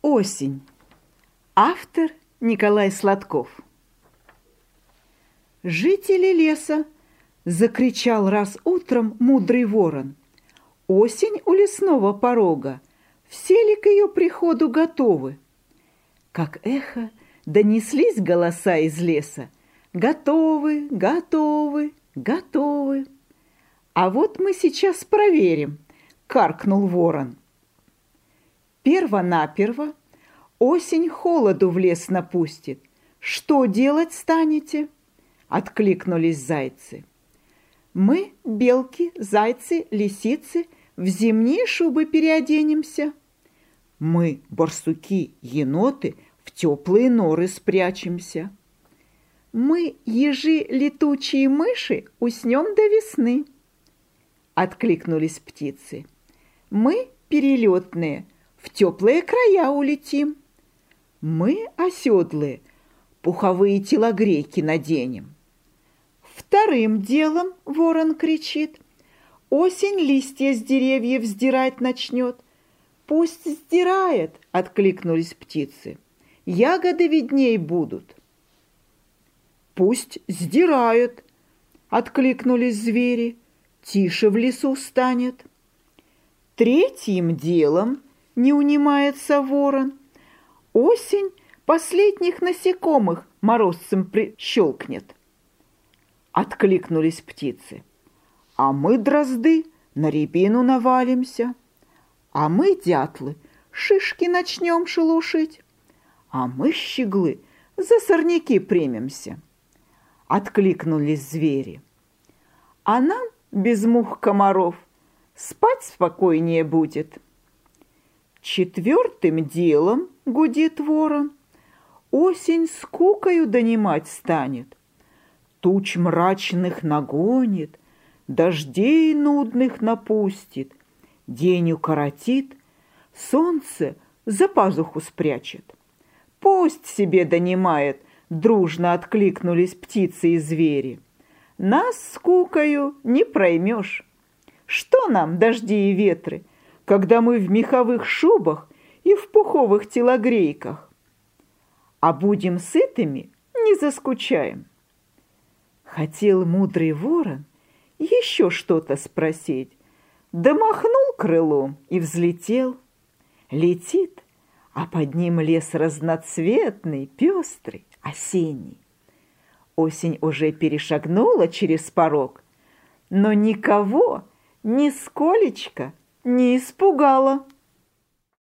Осень. Автор Николай Сладков. «Жители леса!» — закричал раз утром мудрый ворон. «Осень у лесного порога, все ли к ее приходу готовы?» Как эхо донеслись голоса из леса. «Готовы, готовы, готовы!» «А вот мы сейчас проверим!» — каркнул ворон. Перво-наперво осень холоду в лес напустит. Что делать станете? Откликнулись зайцы. Мы, белки, зайцы, лисицы, в зимние шубы переоденемся. Мы, барсуки, еноты, в теплые норы спрячемся. Мы, ежи, летучие мыши, уснем до весны. Откликнулись птицы. Мы, перелетные, в теплые края улетим. Мы, оседлые, пуховые телогрейки наденем. Вторым делом, ворон кричит, осень листья с деревьев сдирать начнет. Пусть сдирает, откликнулись птицы, ягоды видней будут. Пусть сдирает, откликнулись звери, тише в лесу станет. Третьим делом, не унимается ворон, осень последних насекомых морозцем прищелкнет. Откликнулись птицы. А мы, дрозды, на рябину навалимся. А мы, дятлы, шишки начнем шелушить. А мы, щеглы, за сорняки примемся. Откликнулись звери. А нам, без мух комаров, спать спокойнее будет. Четвертым делом, гудит ворон, осень скукою донимать станет. Туч мрачных нагонит, дождей нудных напустит, день укоротит, солнце за пазуху спрячет. Пусть себе донимает, дружно откликнулись птицы и звери. Нас скукою не проймешь. Что нам дожди и ветры, когда мы в меховых шубах и в пуховых телогрейках? А будем сытыми, не заскучаем. Хотел мудрый ворон еще что-то спросить, да махнул крылом и взлетел. Летит, а под ним лес разноцветный, пестрый, осенний. Осень уже перешагнула через порог, но никого нисколечко не испугала.